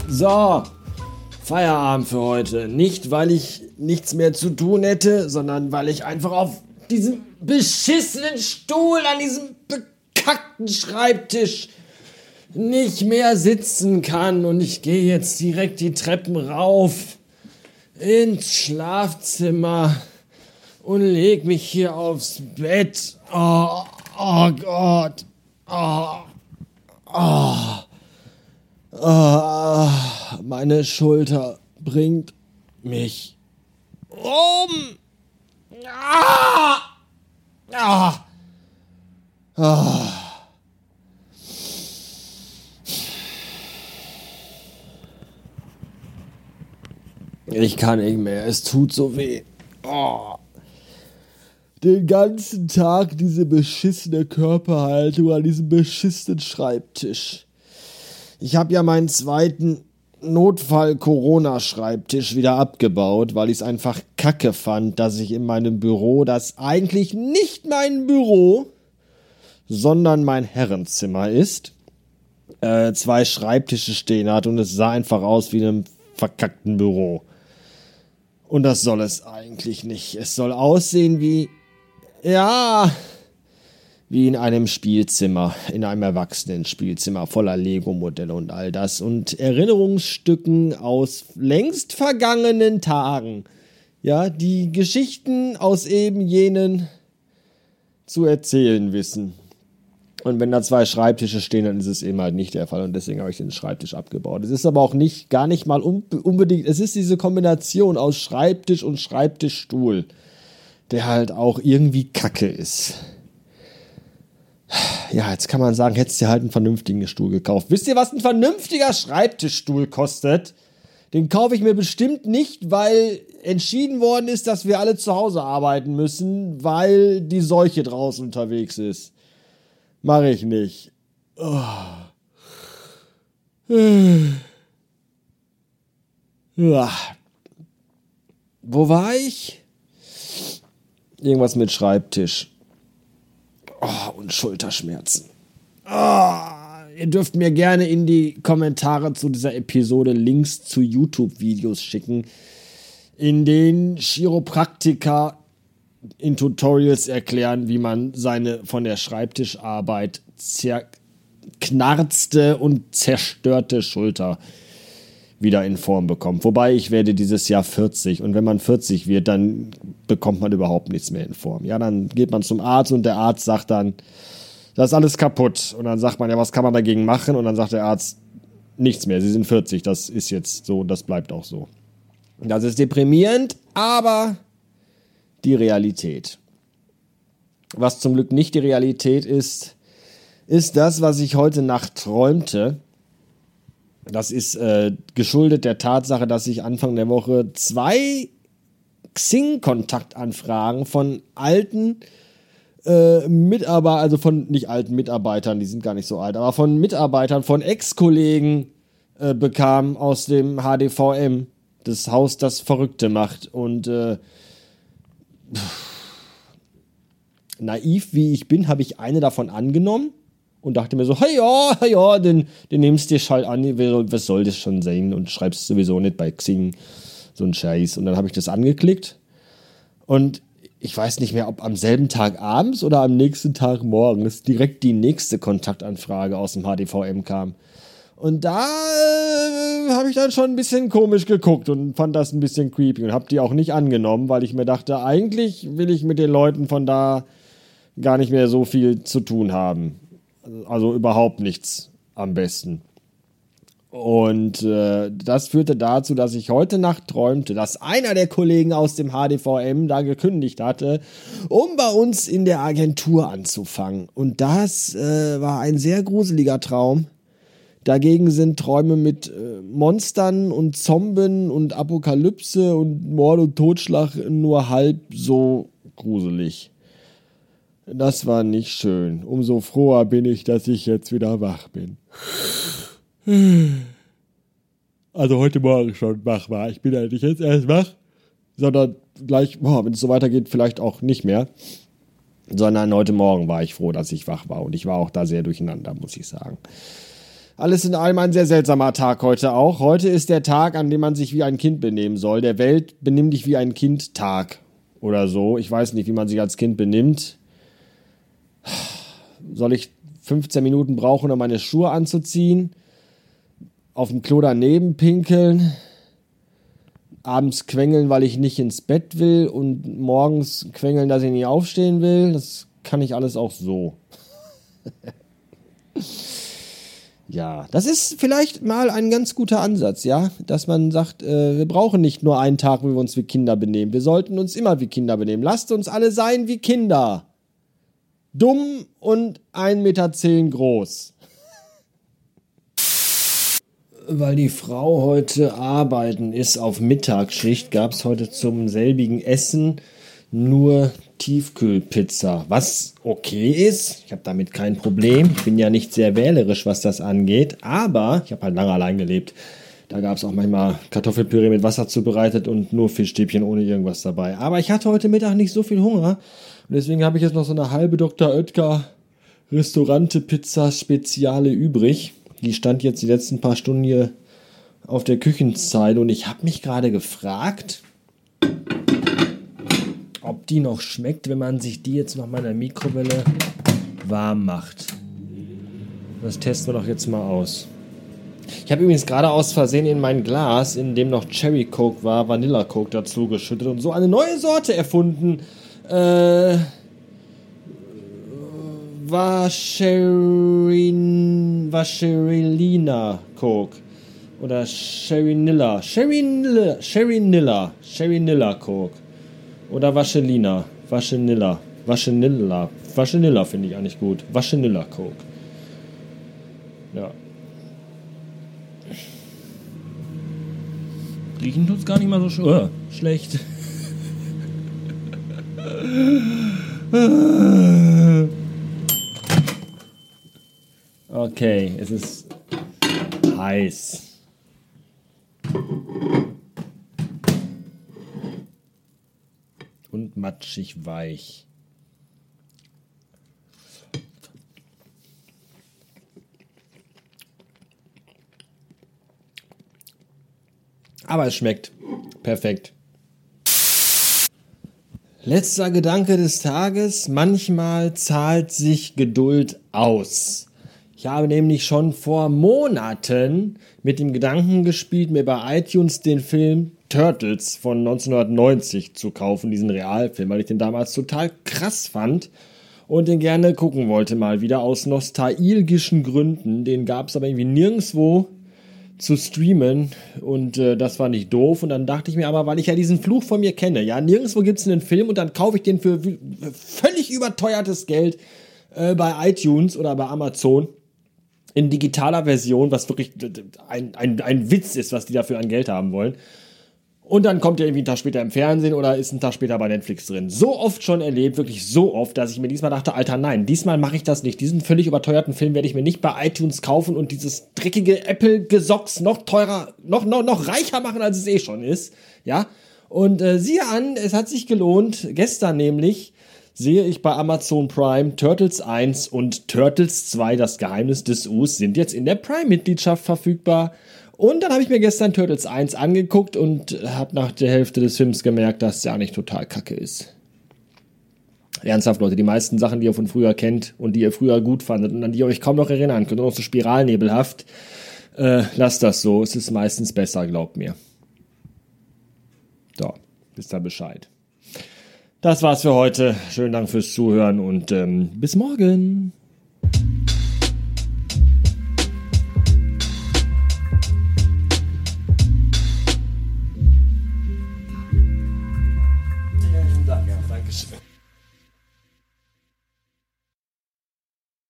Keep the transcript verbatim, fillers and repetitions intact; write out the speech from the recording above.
So, Feierabend für heute. Nicht, weil ich nichts mehr zu tun hätte, sondern weil ich einfach auf diesem beschissenen Stuhl an diesem bekackten Schreibtisch nicht mehr sitzen kann. Und ich gehe jetzt direkt die Treppen rauf ins Schlafzimmer und leg mich hier aufs Bett. Oh, oh Gott. Oh, oh. Oh, meine Schulter bringt mich um. Ah, ah, ah. Ich kann nicht mehr, es tut so weh. Oh. Den ganzen Tag diese beschissene Körperhaltung an diesem beschissenen Schreibtisch. Ich habe ja meinen zweiten Notfall-Corona-Schreibtisch wieder abgebaut, weil ich es einfach kacke fand, dass ich in meinem Büro, das eigentlich nicht mein Büro, sondern mein Herrenzimmer ist, äh, zwei Schreibtische stehen hat und es sah einfach aus wie in einem verkackten Büro. Und das soll es eigentlich nicht. Es soll aussehen wie, ja, wie in einem Spielzimmer, in einem Erwachsenen-Spielzimmer voller Lego-Modelle und all das und Erinnerungsstücken aus längst vergangenen Tagen. Ja, die Geschichten aus eben jenen zu erzählen wissen. Und wenn da zwei Schreibtische stehen, dann ist es eben halt nicht der Fall und deswegen habe ich den Schreibtisch abgebaut. Es ist aber auch nicht, gar nicht mal unbedingt, es ist diese Kombination aus Schreibtisch und Schreibtischstuhl, der halt auch irgendwie kacke ist. Ja, jetzt kann man sagen, hättest du halt einen vernünftigen Stuhl gekauft. Wisst ihr, was ein vernünftiger Schreibtischstuhl kostet? Den kaufe ich mir bestimmt nicht, weil entschieden worden ist, dass wir alle zu Hause arbeiten müssen, weil die Seuche draußen unterwegs ist. Mache ich nicht. Oh. Ja. Wo war ich? Irgendwas mit Schreibtisch. Oh, und Schulterschmerzen. Oh, ihr dürft mir gerne in die Kommentare zu dieser Episode Links zu YouTube-Videos schicken, in denen Chiropraktiker in Tutorials erklären, wie man seine von der Schreibtischarbeit zerknarzte und zerstörte Schulter wieder in Form bekommt. Wobei, ich werde dieses Jahr vierzig und wenn man vierzig wird, dann bekommt man überhaupt nichts mehr in Form. Ja, dann geht man zum Arzt und der Arzt sagt dann, das ist alles kaputt. Und dann sagt man, ja, was kann man dagegen machen? Und dann sagt der Arzt, nichts mehr, Sie sind vierzig, das ist jetzt so, das bleibt auch so. Das ist deprimierend, aber die Realität. Was zum Glück nicht die Realität ist, ist das, was ich heute Nacht träumte. Das ist äh, geschuldet der Tatsache, dass ich Anfang der Woche zwei Xing-Kontaktanfragen von alten äh, Mitarbeitern, also von nicht alten Mitarbeitern, die sind gar nicht so alt, aber von Mitarbeitern, von Ex-Kollegen äh, bekam aus dem H D V M, das Haus, das Verrückte macht. Und äh, naiv wie ich bin, habe ich eine davon angenommen. Und dachte mir so, hey ja, hey ja, den, den nimmst du halt an, was soll das schon sein? Und schreibst sowieso nicht bei Xing so einen Scheiß. Und dann habe ich das angeklickt. Und ich weiß nicht mehr, ob am selben Tag abends oder am nächsten Tag morgens direkt die nächste Kontaktanfrage aus dem H D V M kam. Und da äh, habe ich dann schon ein bisschen komisch geguckt und fand das ein bisschen creepy und habe die auch nicht angenommen, weil ich mir dachte, eigentlich will ich mit den Leuten von da gar nicht mehr so viel zu tun haben. Also überhaupt nichts am besten. Und äh, das führte dazu, dass ich heute Nacht träumte, dass einer der Kollegen aus dem H D V M da gekündigt hatte, um bei uns in der Agentur anzufangen. Und das äh, war ein sehr gruseliger Traum. Dagegen sind Träume mit äh, Monstern und Zombien und Apokalypse und Mord und Totschlag nur halb so gruselig. Das war nicht schön. Umso froher bin ich, dass ich jetzt wieder wach bin. Also heute Morgen schon wach war. Ich bin ja nicht jetzt erst wach, sondern gleich, boah, wenn es so weitergeht, vielleicht auch nicht mehr. Sondern heute Morgen war ich froh, dass ich wach war. Und ich war auch da sehr durcheinander, muss ich sagen. Alles in allem ein sehr seltsamer Tag heute auch. Heute ist der Tag, an dem man sich wie ein Kind benehmen soll. Der Welt benimm dich wie ein Kind Tag oder so. Ich weiß nicht, wie man sich als Kind benimmt. Soll ich fünfzehn Minuten brauchen, um meine Schuhe anzuziehen? Auf dem Klo daneben pinkeln? Abends quengeln, weil ich nicht ins Bett will und morgens quengeln, dass ich nicht aufstehen will? Das kann ich alles auch so. Ja, das ist vielleicht mal ein ganz guter Ansatz, ja, dass man sagt, äh, wir brauchen nicht nur einen Tag, wo wir uns wie Kinder benehmen. Wir sollten uns immer wie Kinder benehmen. Lasst uns alle sein wie Kinder. Dumm und ein Meter zehn groß. Weil die Frau heute arbeiten ist auf Mittagsschicht, gab es heute zum selbigen Essen nur Tiefkühlpizza, was okay ist. Ich habe damit kein Problem. Ich bin ja nicht sehr wählerisch, was das angeht, aber ich habe halt lange allein gelebt. Da gab es auch manchmal Kartoffelpüree mit Wasser zubereitet und nur Fischstäbchen ohne irgendwas dabei. Aber ich hatte heute Mittag nicht so viel Hunger und deswegen habe ich jetzt noch so eine halbe Doktor Oetker Restaurante Pizza Speziale übrig. Die stand jetzt die letzten paar Stunden hier auf der Küchenzeile und ich habe mich gerade gefragt, ob die noch schmeckt, wenn man sich die jetzt noch mal in der Mikrowelle warm macht. Das testen wir doch jetzt mal aus. Ich habe übrigens gerade aus Versehen in mein Glas, in dem noch Cherry Coke war, Vanilla Coke dazu geschüttet und so eine neue Sorte erfunden. Äh... Vacherin, Vacherilina Coke oder Sherry-Nilla, Sherry-Nilla, Sherry-Nilla, Sherry-Nilla Coke oder Vaselina, Vaselilla, Vaselilla, Vaselilla finde ich eigentlich gut, Vaselilla Coke. Ja. Riechen tut's gar nicht mal so sch- oh, schlecht. Okay, es ist heiß. Und matschig weich. Aber es schmeckt perfekt. Letzter Gedanke des Tages. Manchmal zahlt sich Geduld aus. Ich habe nämlich schon vor Monaten mit dem Gedanken gespielt, mir bei iTunes den Film Turtles von neunzehnhundertneunzig zu kaufen, diesen Realfilm, weil ich den damals total krass fand und den gerne gucken wollte mal wieder aus nostalgischen Gründen. Den gab es aber irgendwie nirgendwo zu streamen und äh, das war nicht doof. Und dann dachte ich mir aber, weil ich ja diesen Fluch von mir kenne, ja, nirgendwo gibt es einen Film und dann kaufe ich den für völlig überteuertes Geld äh, bei iTunes oder bei Amazon. In digitaler Version, was wirklich ein, ein, ein Witz ist, was die dafür an Geld haben wollen. Und dann kommt er irgendwie einen Tag später im Fernsehen oder ist einen Tag später bei Netflix drin. So oft schon erlebt, wirklich so oft, dass ich mir diesmal dachte, Alter, nein, diesmal mache ich das nicht. Diesen völlig überteuerten Film werde ich mir nicht bei iTunes kaufen und dieses dreckige Apple-Gesocks noch teurer, noch, noch, noch reicher machen, als es eh schon ist. Ja. Und äh, siehe an, es hat sich gelohnt. Gestern nämlich sehe ich bei Amazon Prime Turtles eins und Turtles zwei, das Geheimnis des Us, sind jetzt in der Prime-Mitgliedschaft verfügbar. Und dann habe ich mir gestern Turtles eins angeguckt und habe nach der Hälfte des Films gemerkt, dass es ja nicht total kacke ist. Ernsthaft, Leute, die meisten Sachen, die ihr von früher kennt und die ihr früher gut fandet und an die ihr euch kaum noch erinnern könnt und auch so spiralnebelhaft, äh, lasst das so. Es ist meistens besser, glaubt mir. So, wisst ihr Bescheid. Das war's für heute. Schönen Dank fürs Zuhören und ähm, bis morgen.